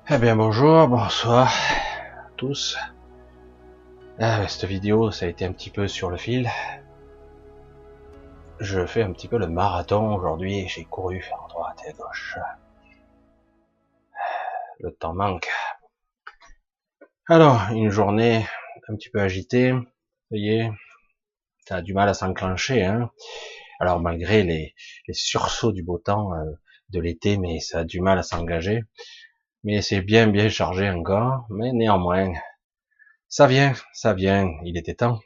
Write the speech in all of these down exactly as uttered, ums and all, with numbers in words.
Eh bien bonjour, bonsoir à tous. Ah, cette vidéo, ça a été un petit peu sur le fil. Je fais un petit peu le marathon aujourd'hui. J'ai couru à droite et à gauche. Le temps manque. Alors, une journée un petit peu agitée. Ça y est, ça a du mal à s'enclencher. Hein. Alors malgré les, les sursauts du beau temps euh, de l'été, mais ça a du mal à s'engager. Mais c'est bien bien chargé encore. Mais néanmoins, ça vient, ça vient. Il était temps.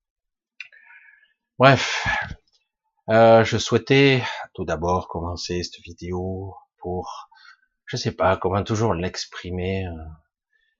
Bref. Euh, je souhaitais tout d'abord commencer cette vidéo pour, je sais pas comment toujours l'exprimer, euh,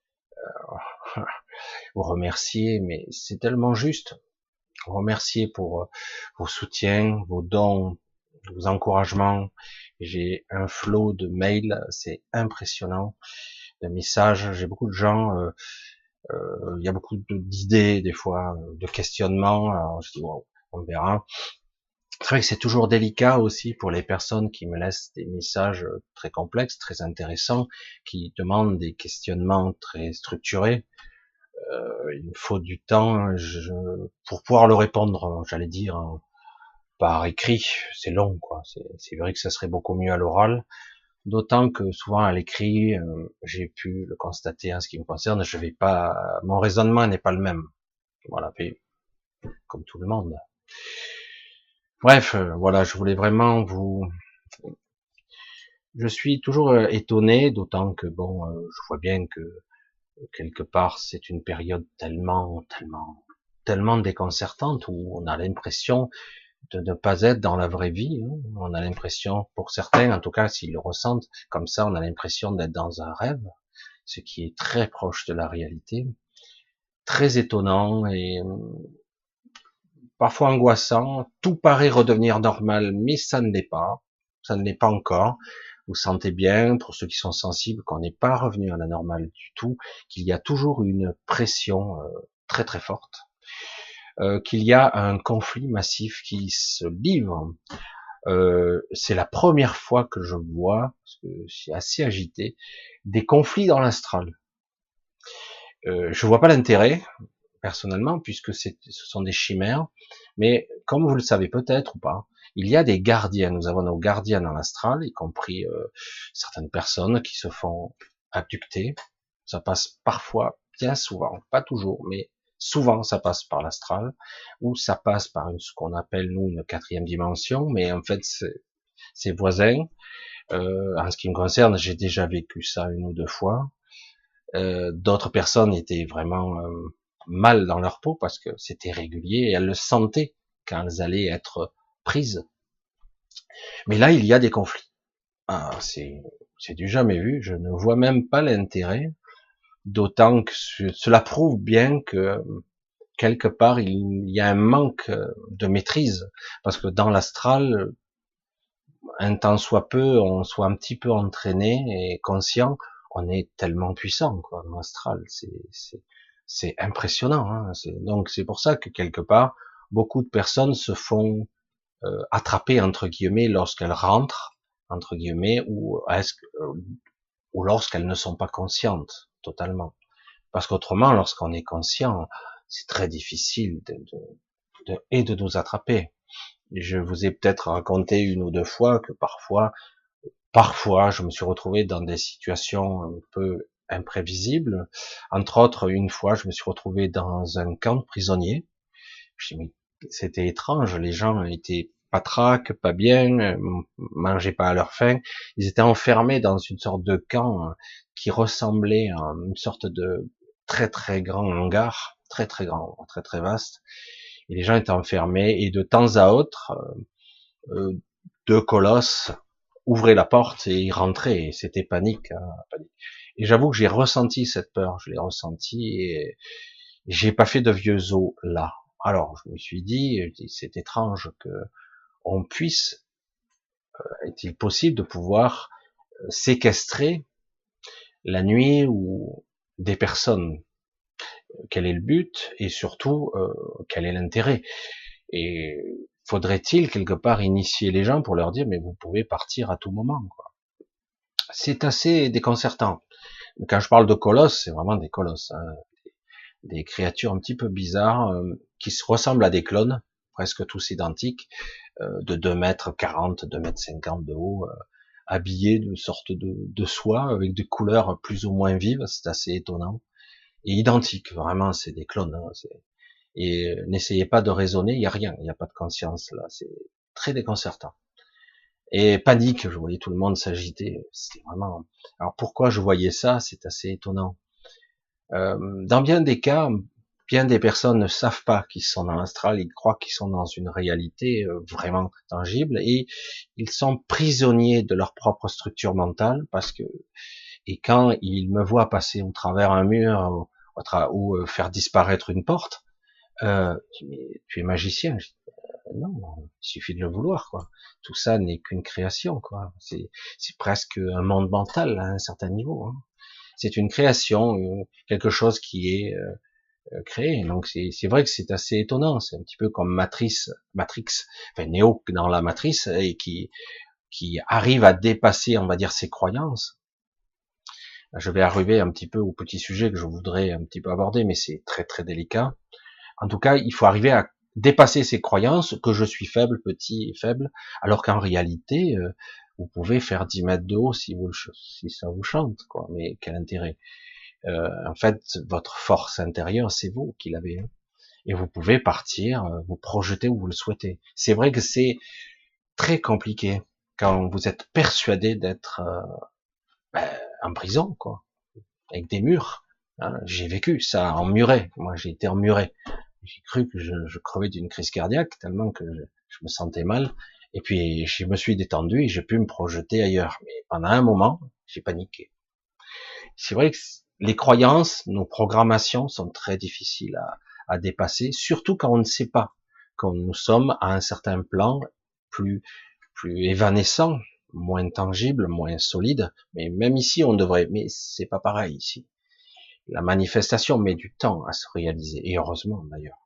vous remercier, mais c'est tellement juste. Vous remercier pour euh, vos soutiens, vos dons, vos encouragements. J'ai un flot de mails, c'est impressionnant, de messages. J'ai beaucoup de gens, euh, euh, il y a beaucoup d'idées des fois, de questionnements. Alors je dis wow, on verra. C'est vrai que c'est toujours délicat aussi pour les personnes qui me laissent des messages très complexes, très intéressants, qui demandent des questionnements très structurés. Euh, il me faut du temps je, pour pouvoir le répondre, j'allais dire, par écrit. C'est long, quoi. C'est vrai que ça serait beaucoup mieux à l'oral. D'autant que souvent à l'écrit, euh, j'ai pu le constater en ce qui me concerne, je vais pas, mon raisonnement n'est pas le même. Voilà, mais comme tout le monde. Bref, euh, voilà, je voulais vraiment vous Je suis toujours euh, étonné, d'autant que bon, euh, je vois bien que euh, quelque part c'est une période tellement, tellement, tellement déconcertante où on a l'impression de ne pas être dans la vraie vie. Hein. On a l'impression, pour certains, en tout cas s'ils le ressentent comme ça, on a l'impression d'être dans un rêve, ce qui est très proche de la réalité, très étonnant et euh, parfois angoissant. Tout paraît redevenir normal, mais ça ne l'est pas. Ça ne l'est pas encore. Vous sentez bien, pour ceux qui sont sensibles, qu'on n'est pas revenu à la normale du tout, qu'il y a toujours une pression euh, très très forte, euh, qu'il y a un conflit massif qui se livre. Euh, c'est la première fois que je vois, parce que c'est assez agité, des conflits dans l'astral. Euh, je vois pas l'intérêt, personnellement, puisque c'est, ce sont des chimères. Mais comme vous le savez peut-être ou pas, il y a des gardiens. Nous avons nos gardiens dans l'astral, y compris euh, certaines personnes qui se font abducter. Ça passe parfois, bien souvent, pas toujours, mais souvent ça passe par l'astral, ou ça passe par une, ce qu'on appelle nous une quatrième dimension. Mais en fait, c'est, c'est voisin. Euh, en ce qui me concerne, j'ai déjà vécu ça une ou deux fois. Euh, d'autres personnes étaient vraiment euh, mal dans leur peau parce que c'était régulier et elles le sentaient quand elles allaient être prises. Mais là, il y a des conflits. Ah, c'est, c'est du jamais vu. Je ne vois même pas l'intérêt, d'autant que cela prouve bien que quelque part il y a un manque de maîtrise, parce que dans l'astral, un temps soit peu, on soit un petit peu entraîné et conscient, on est tellement puissant, quoi, dans l'astral. C'est, c'est, c'est impressionnant. Hein. C'est, donc c'est pour ça que quelque part, beaucoup de personnes se font euh, attraper entre guillemets lorsqu'elles rentrent entre guillemets ou est-ce que, euh, ou lorsqu'elles ne sont pas conscientes totalement. Parce qu'autrement, lorsqu'on est conscient, c'est très difficile de, de, de, et de nous attraper. Je vous ai peut-être raconté une ou deux fois que parfois, parfois, je me suis retrouvé dans des situations un peu imprévisibles. Entre autres, une fois, je me suis retrouvé dans un camp de prisonniers. Je me dis, mais c'était étrange, les gens étaient patraques, pas bien, mangeaient pas à leur faim. Ils étaient enfermés dans une sorte de camp qui ressemblait à une sorte de très très grand hangar, très très grand, très très vaste. Et les gens étaient enfermés et de temps à autre, euh, deux colosses ouvraient la porte et ils rentraient. Et c'était panique, hein, panique. Et j'avoue que j'ai ressenti cette peur, je l'ai ressenti et j'ai pas fait de vieux os là. Alors je me suis dit, c'est étrange que on puisse, est-il possible de pouvoir séquestrer la nuit ou des personnes? Quel est le but et surtout euh, quel est l'intérêt? Et faudrait-il quelque part initier les gens pour leur dire mais vous pouvez partir à tout moment, quoi. C'est assez déconcertant. Quand je parle de colosses, c'est vraiment des colosses, hein, des créatures un petit peu bizarres euh, qui se ressemblent à des clones, presque tous identiques, euh, de deux mètres quarante, deux mètres cinquante de haut, euh, habillés de sorte de, de soie avec des couleurs plus ou moins vives, c'est assez étonnant, et identiques, vraiment, c'est des clones. Hein, c'est- et euh, n'essayez pas de raisonner, il y a rien, il n'y a pas de conscience là, c'est très déconcertant. Et panique, je voyais tout le monde s'agiter, c'était vraiment. Alors pourquoi je voyais ça, c'est assez étonnant. Euh, dans bien des cas, bien des personnes ne savent pas qu'ils sont dans l'astral, ils croient qu'ils sont dans une réalité euh, vraiment tangible et ils sont prisonniers de leur propre structure mentale parce que et quand ils me voient passer au travers un mur ou, ou, tra- ou, euh, faire disparaître une porte, euh, mais tu es magicien. Je dis, euh, non, il suffit de le vouloir, quoi. Tout ça n'est qu'une création, quoi. C'est, c'est presque un monde mental à un certain niveau. Hein. C'est une création, euh, quelque chose qui est euh, créé. Donc c'est, c'est vrai que c'est assez étonnant. C'est un petit peu comme Matrice, Matrix, enfin Neo dans la Matrice et qui qui arrive à dépasser, on va dire, ses croyances. Je vais arriver un petit peu au petit sujet que je voudrais un petit peu aborder, mais c'est très très délicat. En tout cas, il faut arriver à dépasser ses croyances que je suis faible, petit et faible, alors qu'en réalité, euh, vous pouvez faire dix mètres de haut si vous le si ça vous chante, quoi. Mais quel intérêt? Euh, en fait, votre force intérieure, c'est vous qui l'avez, hein. Et vous pouvez partir, euh, vous projeter où vous le souhaitez. C'est vrai que c'est très compliqué quand vous êtes persuadé d'être euh, ben, en prison, quoi, avec des murs. Hein. J'ai vécu ça en muret. Moi, j'ai été emmuré. J'ai cru que je, je crevais d'une crise cardiaque tellement que je, je me sentais mal. Et puis, je me suis détendu et j'ai pu me projeter ailleurs. Mais pendant un moment, j'ai paniqué. C'est vrai que les croyances, nos programmations sont très difficiles à, à dépasser, surtout quand on ne sait pas, quand nous sommes à un certain plan plus, plus évanescent, moins tangible, moins solide. Mais même ici, on devrait, mais c'est pas pareil ici. La manifestation met du temps à se réaliser, et heureusement d'ailleurs.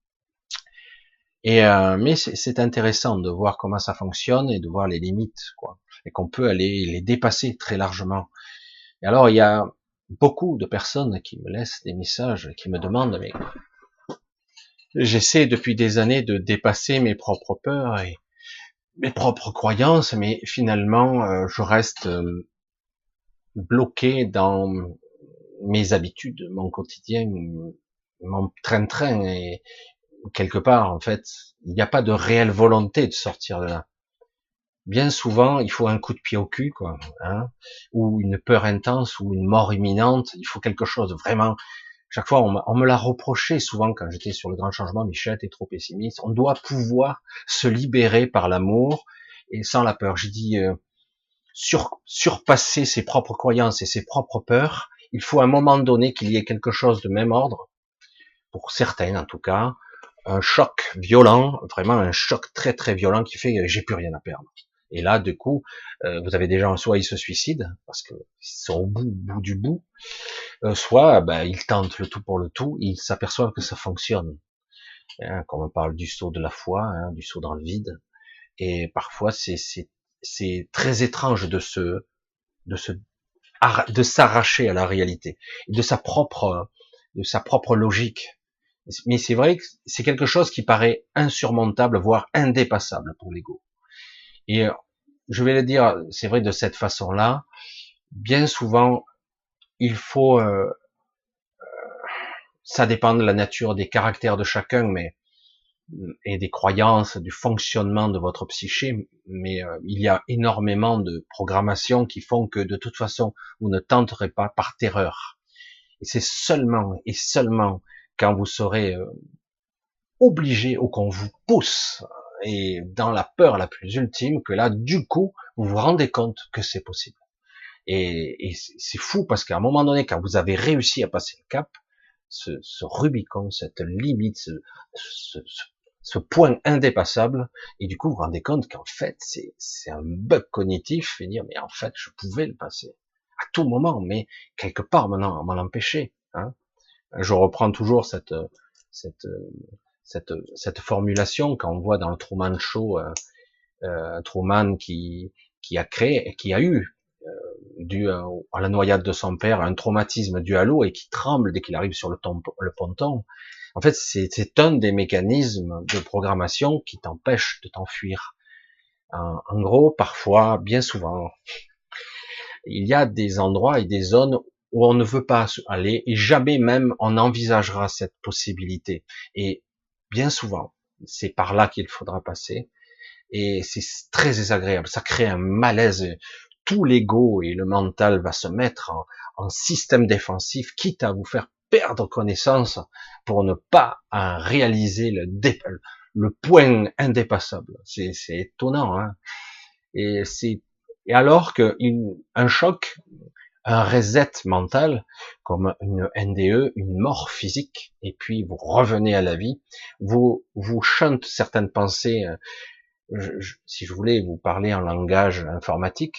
Et euh, mais c'est c'est intéressant de voir comment ça fonctionne et de voir les limites, quoi, et qu'on peut aller les dépasser très largement. Et alors il y a beaucoup de personnes qui me laissent des messages, qui me demandent, mais j'essaie depuis des années de dépasser mes propres peurs et mes propres croyances, mais finalement euh, je reste euh, bloqué dans mes habitudes, mon quotidien, mon train-train, et quelque part en fait, il n'y a pas de réelle volonté de sortir de là. Bien souvent, il faut un coup de pied au cul, quoi, hein, ou une peur intense, ou une mort imminente. Il faut quelque chose vraiment. Chaque fois, on, on me l'a reproché souvent quand j'étais sur le grand changement. Michel, t'es trop pessimiste. On doit pouvoir se libérer par l'amour et sans la peur. J'ai dit euh, sur, surpasser ses propres croyances et ses propres peurs. Il faut à un moment donné qu'il y ait quelque chose de même ordre, pour certains en tout cas, un choc violent, vraiment un choc très très violent qui fait que j'ai plus rien à perdre. Et là, du coup, euh, vous avez des gens, soit ils se suicident, parce qu'ils sont au bout, bout du bout, euh, soit ben, ils tentent le tout pour le tout, ils s'aperçoivent que ça fonctionne. Hein, comme on parle du saut de la foi, hein, du saut dans le vide. Et parfois, c'est c'est c'est très étrange de se de se de s'arracher à la réalité, et de sa propre de sa propre logique. Mais c'est vrai que c'est quelque chose qui paraît insurmontable, voire indépassable pour l'ego. Et euh, je vais le dire, c'est vrai de cette façon-là, bien souvent, il faut, euh, ça dépend de la nature, des caractères de chacun, mais et des croyances, du fonctionnement de votre psyché, mais euh, il y a énormément de programmations qui font que de toute façon, vous ne tenterez pas par terreur. Et c'est seulement et seulement quand vous serez euh, obligé ou qu'on vous pousse et dans la peur la plus ultime que là, du coup, vous vous rendez compte que c'est possible. Et, et c'est fou parce qu'à un moment donné, quand vous avez réussi à passer le cap, ce, ce Rubicon, cette limite, ce, ce, ce, ce point indépassable, et du coup, vous vous rendez compte qu'en fait, c'est, c'est un bug cognitif, et dire, mais en fait, je pouvais le passer à tout moment, mais quelque part maintenant, on m'en empêchait. Hein. Je reprends toujours cette, cette, cette, cette formulation quand on voit dans le Truman Show, euh, euh, Truman qui, qui a créé, qui a eu dû à, à la noyade de son père, un traumatisme dû à l'eau et qui tremble dès qu'il arrive sur le, tom- le ponton. En fait, c'est c'est un des mécanismes de programmation qui t'empêche de t'enfuir. En, en gros, parfois, bien souvent, il y a des endroits et des zones où on ne veut pas aller et jamais même on envisagera cette possibilité. Et bien souvent, c'est par là qu'il faudra passer. Et c'est très désagréable. Ça crée un malaise. Tout l'ego et le mental va se mettre en, en système défensif, quitte à vous faire perdre connaissance pour ne pas euh, réaliser le, dé, le point indépassable. C'est étonnant, hein. Et c'est et alors que une, un choc, un reset mental, comme une N D E, une mort physique, et puis vous revenez à la vie, vous vous chante certaines pensées. Je, je, si je voulais vous parler en langage informatique,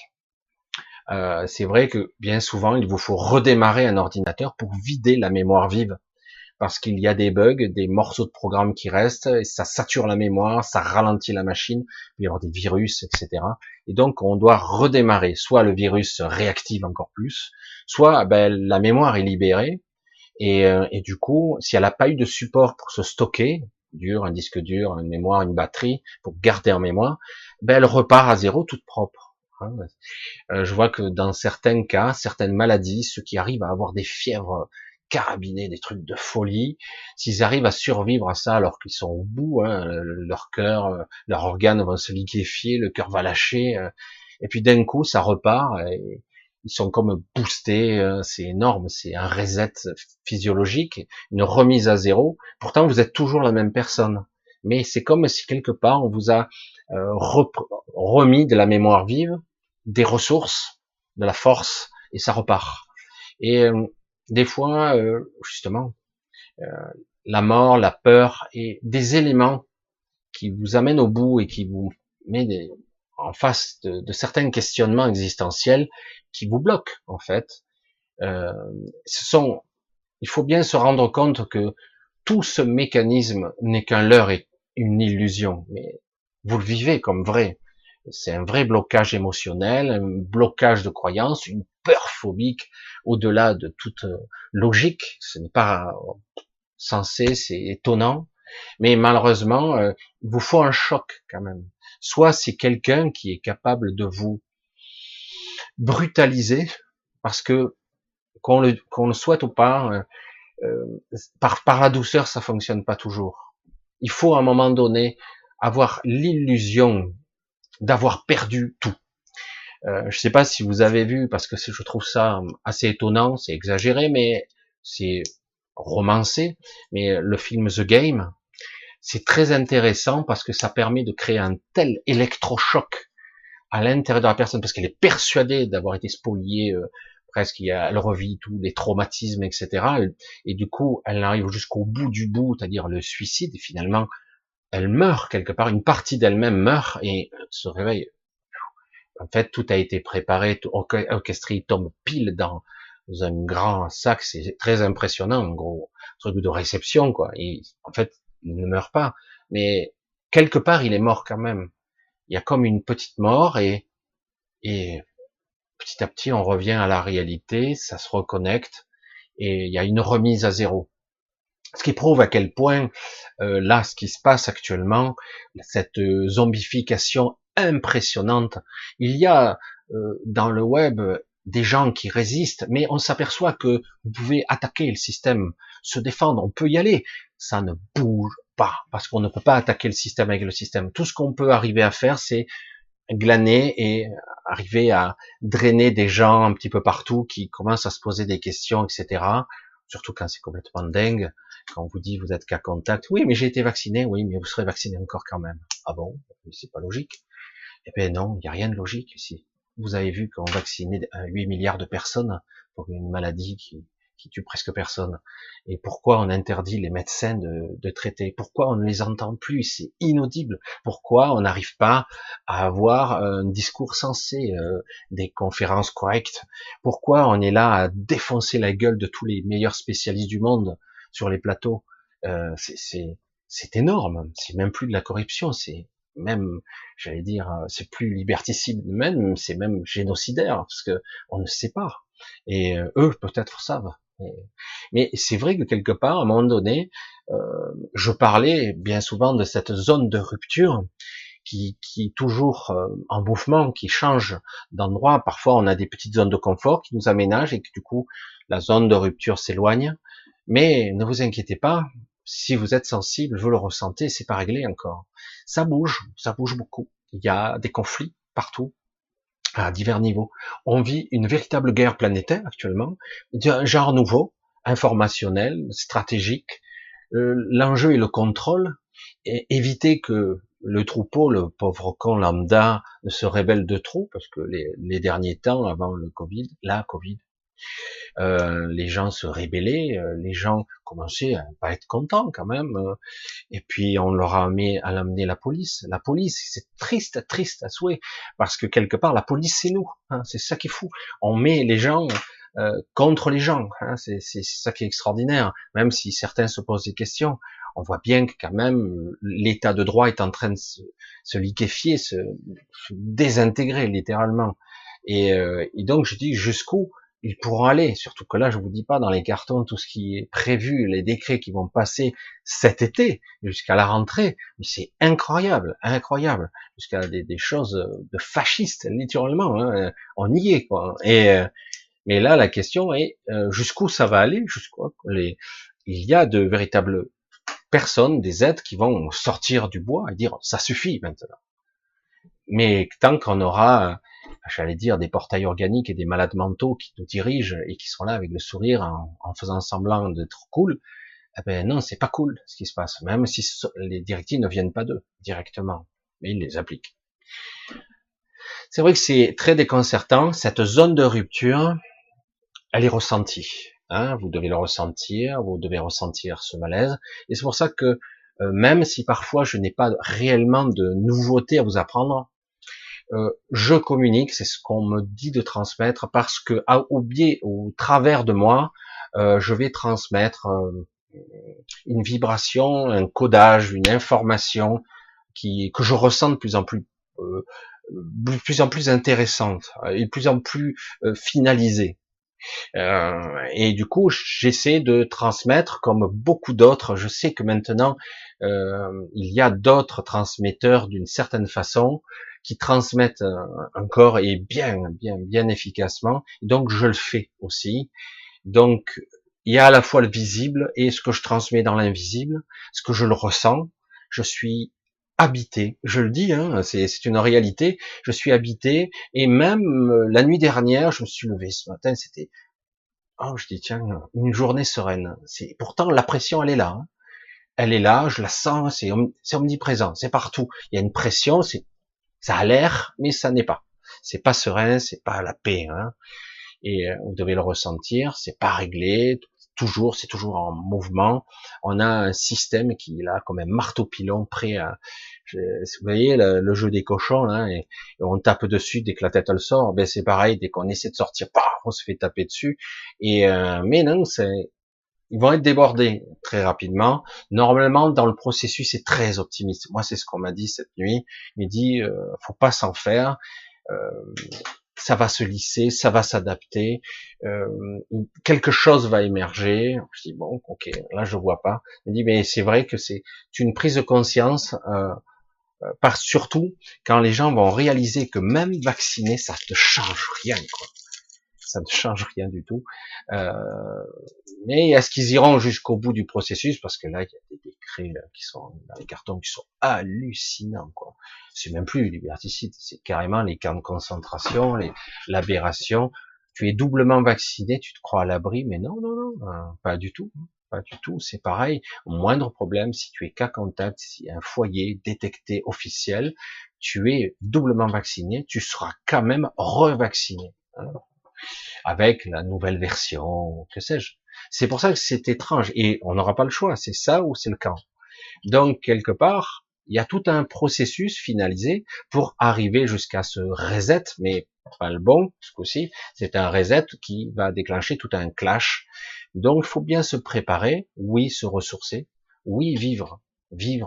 euh, c'est vrai que bien souvent il vous faut redémarrer un ordinateur pour vider la mémoire vive, parce qu'il y a des bugs, des morceaux de programme qui restent, et ça sature la mémoire, ça ralentit la machine, il peut y avoir des virus, et cetera. Et donc on doit redémarrer, soit le virus se réactive encore plus, soit ben, la mémoire est libérée, et, euh, et du coup, si elle n'a pas eu de support pour se stocker, dur, un disque dur, une mémoire, une batterie, pour garder en mémoire, ben elle repart à zéro toute propre. Hein. Euh, je vois que dans certains cas, certaines maladies, ceux qui arrivent à avoir des fièvres carabinées, des trucs de folie, s'ils arrivent à survivre à ça alors qu'ils sont au bout, hein, leur cœur, leurs organes vont se liquéfier, le cœur va lâcher, et puis d'un coup ça repart, et ils sont comme boostés, c'est énorme, c'est un reset physiologique, une remise à zéro. Pourtant vous êtes toujours la même personne, mais c'est comme si quelque part on vous a euh, remis de la mémoire vive, des ressources, de la force, et ça repart. Et euh, des fois, euh, justement, euh, la mort, la peur, et des éléments qui vous amènent au bout et qui vous met des, en face de, de certains questionnements existentiels qui vous bloquent, en fait. Euh, ce sont, il faut bien se rendre compte que tout ce mécanisme n'est qu'un leurre et une illusion, mais vous le vivez comme vrai. C'est un vrai blocage émotionnel, un blocage de croyance, une peur phobique au-delà de toute logique. Ce n'est pas censé, c'est étonnant, mais malheureusement, euh, il vous faut un choc quand même. Soit c'est quelqu'un qui est capable de vous brutaliser, parce que qu'on le, qu'on le souhaite ou pas, euh, euh, par, par la douceur, ça fonctionne pas toujours. Il faut à un moment donné avoir l'illusion d'avoir perdu tout. Euh, je sais pas si vous avez vu, parce que je trouve ça assez étonnant, c'est exagéré, mais c'est romancé, mais le film The Game, c'est très intéressant parce que ça permet de créer un tel électrochoc à l'intérieur de la personne, parce qu'elle est persuadée d'avoir été spoliée, euh, presque, elle revit tous les traumatismes, et cetera. Et du coup, elle arrive jusqu'au bout du bout, c'est-à-dire le suicide, et finalement, elle meurt quelque part, une partie d'elle-même meurt et se réveille. En fait, tout a été préparé, tout orchestré, tombe pile dans un grand sac, c'est très impressionnant, en gros, truc de réception, quoi. Et en fait, il ne meurt pas, mais quelque part, il est mort quand même. Il y a comme une petite mort, et, et petit à petit, on revient à la réalité, ça se reconnecte, et il y a une remise à zéro. Ce qui prouve à quel point, euh, là, ce qui se passe actuellement, cette euh, zombification impressionnante, il y a euh, dans le web des gens qui résistent, mais on s'aperçoit que vous pouvez attaquer le système, se défendre, on peut y aller, ça ne bouge pas, parce qu'on ne peut pas attaquer le système avec le système. Tout ce qu'on peut arriver à faire, c'est glaner et arriver à drainer des gens un petit peu partout qui commencent à se poser des questions, et cetera. Surtout quand c'est complètement dingue, quand on vous dit vous êtes cas contact, oui mais j'ai été vacciné, oui mais vous serez vacciné encore quand même. Ah bon, c'est pas logique. Eh bien non, il n'y a rien de logique ici. Vous avez vu qu'on vaccinait huit milliards de personnes pour une maladie qui, qui tue presque personne. Et pourquoi on interdit les médecins de, de traiter? Pourquoi on ne les entend plus? C'est inaudible. Pourquoi on n'arrive pas à avoir un discours sensé, euh, des conférences correctes? Pourquoi on est là à défoncer la gueule de tous les meilleurs spécialistes du monde sur les plateaux? euh, C'est c'est énorme. C'est même plus de la corruption, c'est même, j'allais dire, euh, c'est plus liberticide même, c'est même génocidaire, parce que on ne sait pas. Et euh, eux, peut-être savent. Mais, mais c'est vrai que quelque part, à un moment donné, euh, je parlais bien souvent de cette zone de rupture qui, qui est toujours euh, en mouvement, qui change d'endroit. Parfois, on a des petites zones de confort qui nous aménagent et que du coup, la zone de rupture s'éloigne. Mais ne vous inquiétez pas, si vous êtes sensible, vous le ressentez, c'est pas réglé encore. Ça bouge, ça bouge beaucoup. Il y a des conflits partout, à divers niveaux. On vit une véritable guerre planétaire actuellement, d'un genre nouveau, informationnel, stratégique. Euh, L'enjeu est le contrôle, et éviter que le troupeau, le pauvre con lambda, ne se rebelle de trop, parce que les, les derniers temps, avant le Covid, la Covid, euh, les gens se rébellaient, euh, les gens commençaient à pas être contents quand même, euh, et puis on leur a mis à l'amener la police. La police, c'est triste, triste à souhait, parce que quelque part la police c'est nous, hein, c'est ça qui est fou. On met les gens euh, contre les gens, hein, c'est ça qui est extraordinaire. Même si certains se posent des questions, on voit bien que quand même l'état de droit est en train de se, se liquéfier, se, se désintégrer littéralement. Et, euh, et donc je dis jusqu'où ils pourront aller, surtout que là je vous dis pas dans les cartons tout ce qui est prévu, les décrets qui vont passer cet été jusqu'à la rentrée, mais c'est incroyable, incroyable, jusqu'à des, des choses de fascistes littéralement, hein. On y est quoi. Et euh, mais là la question est euh, jusqu'où ça va aller, jusqu'où les il y a de véritables personnes, des êtres qui vont sortir du bois et dire ça suffit maintenant. Mais tant qu'on aura, j'allais dire, des portails organiques et des malades mentaux qui nous dirigent et qui sont là avec le sourire en, en faisant semblant d'être cool, eh ben non, c'est pas cool ce qui se passe, même si les directives ne viennent pas d'eux directement, mais ils les appliquent. C'est vrai que c'est très déconcertant, cette zone de rupture, elle est ressentie. Hein, vous devez le ressentir, vous devez ressentir ce malaise, et c'est pour ça que euh, même si parfois je n'ai pas réellement de nouveautés à vous apprendre, euh, je communique, c'est ce qu'on me dit de transmettre, parce que à, au biais, au travers de moi, euh, je vais transmettre euh, une vibration, un codage, une information qui que je ressens de plus en plus euh, de plus en plus intéressante et de plus en plus euh, finalisée. Euh, et du coup, j'essaie de transmettre comme beaucoup d'autres. Je sais que maintenant, euh, il y a d'autres transmetteurs d'une certaine façon qui transmettent euh, encore et bien, bien, bien efficacement. Donc, je le fais aussi. Donc, il y a à la fois le visible et ce que je transmets dans l'invisible, ce que je le ressens. Je suis habité, je le dis, hein, c'est une réalité. Je suis habité, et même euh, la nuit dernière, je me suis levé ce matin, c'était oh, je dis tiens, une journée sereine. C'est pourtant la pression, elle est là. Hein. Elle est là, je la sens, c'est om- c'est omniprésent, c'est partout. Il y a une pression, c'est ça a l'air, mais ça n'est pas. C'est pas serein, c'est pas la paix. Hein. Et euh, vous devez le ressentir. C'est pas réglé. Toujours, c'est toujours en mouvement. On a un système qui est là comme un marteau pilon prêt à. Je, vous voyez le, le jeu des cochons là, et, et on tape dessus dès que la tête elle sort. Ben c'est pareil, dès qu'on essaie de sortir, paf, on se fait taper dessus. Et euh, mais non, c'est ils vont être débordés très rapidement. Normalement, dans le processus, c'est très optimiste. Moi, c'est ce qu'on m'a dit cette nuit. Il m'a dit, euh, faut pas s'en faire. Euh, ça va se lisser, ça va s'adapter. Euh, quelque chose va émerger. Je dis bon, ok, là je vois pas. Il dit mais c'est vrai que c'est une prise de conscience. Euh, par surtout quand les gens vont réaliser que même vacciné, ça ne change rien, quoi. Ça ne change rien du tout. Euh, mais est-ce qu'ils iront jusqu'au bout du processus? Parce que là, il y a des décrets là, qui sont dans les cartons qui sont hallucinants, quoi. C'est même plus liberticide, c'est carrément les camps de concentration, les l'aberration. Tu es doublement vacciné, tu te crois à l'abri, mais non, non, non, hein, pas du tout. Pas du tout, c'est pareil. Au moindre problème, si tu es cas contact, si un foyer détecté officiel, tu es doublement vacciné, tu seras quand même revacciné. Hein, avec la nouvelle version, que sais-je. C'est pour ça que c'est étrange, et on n'aura pas le choix, c'est ça ou c'est le camp. Donc, quelque part, il y a tout un processus finalisé pour arriver jusqu'à ce reset, mais pas le bon, ce coup-ci, c'est un reset qui va déclencher tout un clash. Donc, il faut bien se préparer, oui, se ressourcer, oui, vivre, vivre.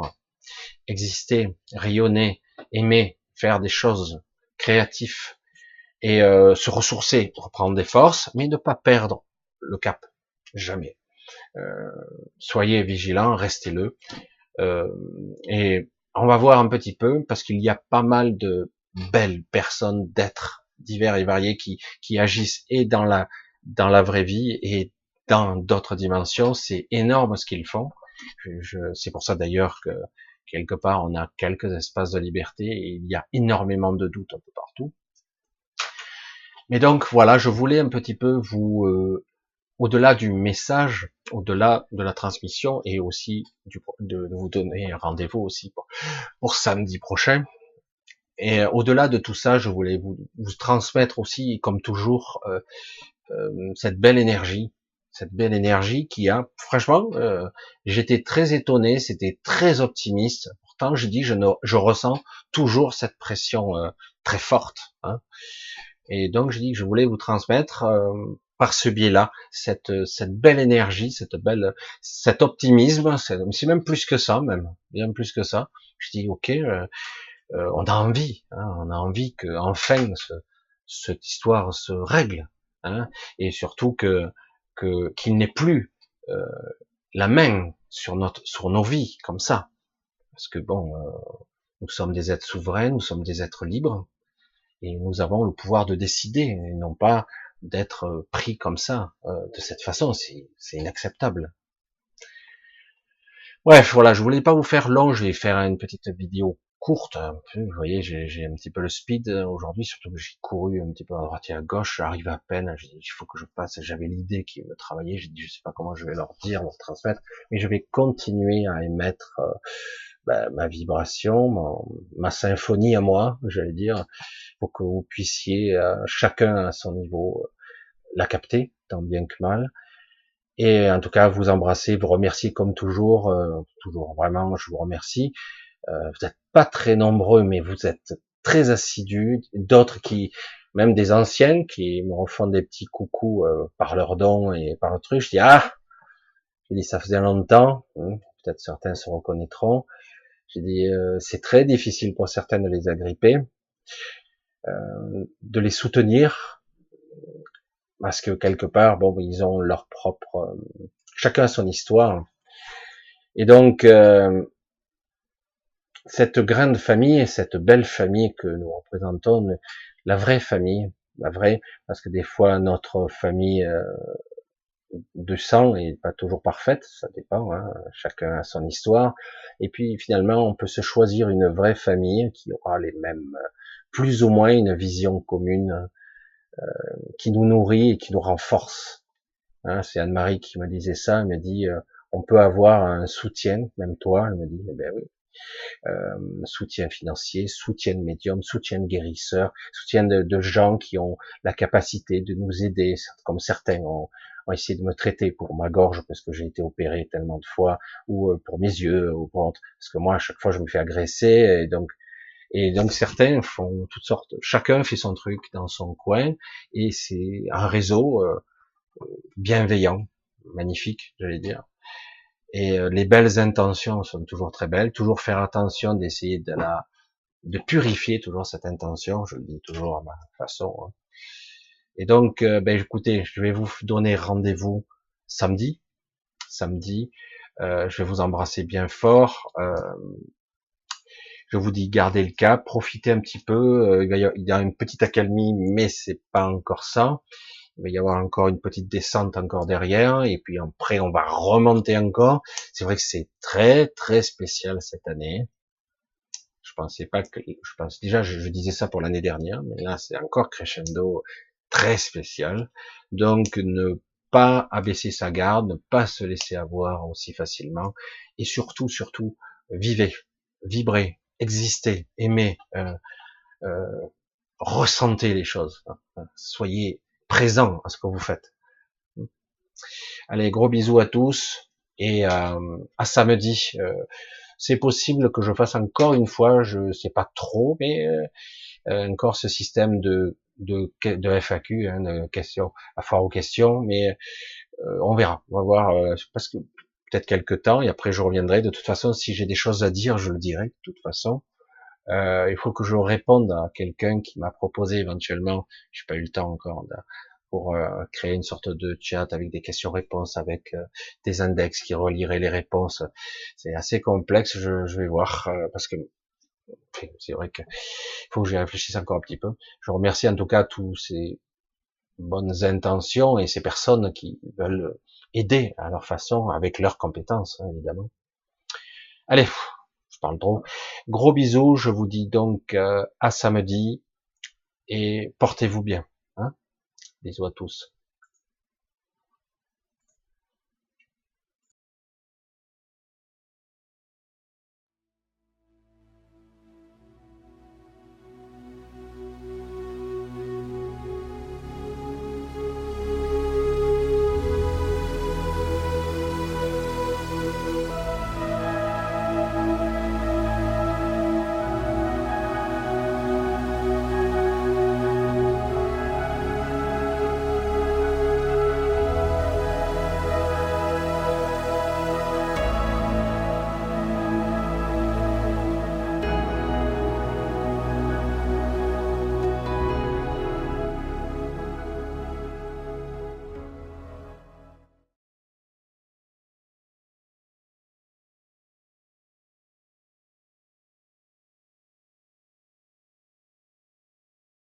exister, rayonner, aimer, faire des choses créatives et euh, se ressourcer, reprendre des forces, mais ne pas perdre le cap, jamais. Euh, soyez vigilants, restez-le. Euh, et on va voir un petit peu, parce qu'il y a pas mal de belles personnes, d'êtres divers et variés qui, qui agissent et dans la, dans la vraie vie et dans d'autres dimensions. C'est énorme ce qu'ils font. Je, je, c'est pour ça d'ailleurs que quelque part on a quelques espaces de liberté et il y a énormément de doutes un peu partout. Mais donc voilà, je voulais un petit peu vous, euh, au-delà du message, au-delà de la transmission et aussi du, de, de vous donner un rendez-vous aussi pour, pour samedi prochain. Et euh, au-delà de tout ça, je voulais vous, vous transmettre aussi, comme toujours, euh, euh, cette belle énergie, cette belle énergie qui a, franchement, euh, j'étais très étonné, c'était très optimiste. Pourtant, je dis, je, ne, je ressens toujours cette pression euh, très forte. Hein. Et donc, je dis que je voulais vous transmettre euh, par ce biais-là cette cette belle énergie, cette belle, cet optimisme. C'est même plus que ça, même bien plus que ça. Je dis, ok. Euh, Euh, on a envie, hein, on a envie que enfin ce, cette histoire se règle, hein, et surtout que que qu'il n'ait plus euh, la main sur notre sur nos vies comme ça, parce que bon, euh, nous sommes des êtres souverains, nous sommes des êtres libres, et nous avons le pouvoir de décider, et non pas d'être pris comme ça, euh, de cette façon. C'est c'est inacceptable. Bref, voilà, je voulais pas vous faire long, je vais faire une petite vidéo courte, un peu, vous voyez, j'ai j'ai un petit peu le speed aujourd'hui, surtout que j'ai couru un petit peu à droite et à gauche, j'arrive à peine, j'ai dit, il faut que je passe, j'avais l'idée qui me travaillait, j'ai dit, je sais pas comment je vais leur dire, leur transmettre, mais je vais continuer à émettre euh, bah, ma vibration, mon- ma symphonie à moi, j'allais dire, pour que vous puissiez, euh, chacun à son niveau, la capter, tant bien que mal. Et en tout cas, vous embrasser, vous remercier comme toujours, euh, toujours vraiment, je vous remercie. Euh, vous n'êtes pas très nombreux, mais vous êtes très assidus. D'autres qui, même des anciennes, qui me refont des petits coucous euh, par leurs dons et par le truc. Je dis ah, je dis ça faisait longtemps. Hum, peut-être certains se reconnaîtront. J'ai dit euh, c'est très difficile pour certains de les agripper, euh, de les soutenir, parce que quelque part, bon, ils ont leur propre, euh, chacun a son histoire. Et donc, euh, cette grande famille, cette belle famille que nous représentons, la vraie famille, la vraie, parce que des fois notre famille euh, de sang est pas toujours parfaite, ça dépend, hein, chacun a son histoire, et puis finalement on peut se choisir une vraie famille qui aura les mêmes, plus ou moins une vision commune, euh, qui nous nourrit et qui nous renforce. Hein, c'est Anne-Marie qui me disait ça, elle me dit euh, on peut avoir un soutien, même toi, elle me dit, eh ben oui, euh, soutien financier, soutien de médium, soutien de guérisseur, soutien de, de gens qui ont la capacité de nous aider, comme certains ont, ont essayé de me traiter pour ma gorge parce que j'ai été opéré tellement de fois, ou euh, pour mes yeux, ou pour autre, parce que moi à chaque fois je me fais agresser, et donc et donc certains font toutes sortes, chacun fait son truc dans son coin, et c'est un réseau euh, bienveillant, magnifique, j'allais dire. Et euh, les belles intentions sont toujours très belles, toujours faire attention d'essayer de la, de purifier toujours cette intention, je le dis toujours à ma façon. Hein. Et donc, euh, ben écoutez, je vais vous donner rendez-vous samedi, samedi, euh, je vais vous embrasser bien fort, euh, je vous dis gardez le cap, profitez un petit peu, euh, il, va y avoir, il y a une petite accalmie, mais c'est pas encore ça. Il va y avoir encore une petite descente encore derrière, et puis après on va remonter encore. C'est vrai que c'est très très spécial cette année. Je pensais pas que, je pense déjà, je, je disais ça pour l'année dernière, mais là c'est encore crescendo, très spécial. Donc ne pas abaisser sa garde, ne pas se laisser avoir aussi facilement, et surtout surtout vivez, vibrez, existez, aimez, euh, euh, ressentez les choses, hein. Soyez présent à ce que vous faites. Allez, gros bisous à tous et euh, à samedi. Euh, c'est possible que je fasse encore une fois, je sais pas trop, mais euh, encore ce système de de, de F A Q, hein, de questions, à foire aux questions, mais euh, on verra, on va voir, euh, parce que peut-être quelques temps, et après je reviendrai. De toute façon, si j'ai des choses à dire, je le dirai. De toute façon, euh, il faut que je réponde à quelqu'un qui m'a proposé éventuellement. J'ai pas eu le temps encore de, pour euh, créer une sorte de chat avec des questions-réponses, avec euh, des index qui relieraient les réponses. C'est assez complexe. Je, je vais voir euh, parce que c'est vrai que il faut que j'y réfléchisse encore un petit peu. Je remercie en tout cas tous ces bonnes intentions et ces personnes qui veulent aider à leur façon, avec leurs compétences, hein, évidemment. Allez, je parle trop. Gros bisous, je vous dis donc euh, à samedi et portez-vous bien. Hein, bisous à tous.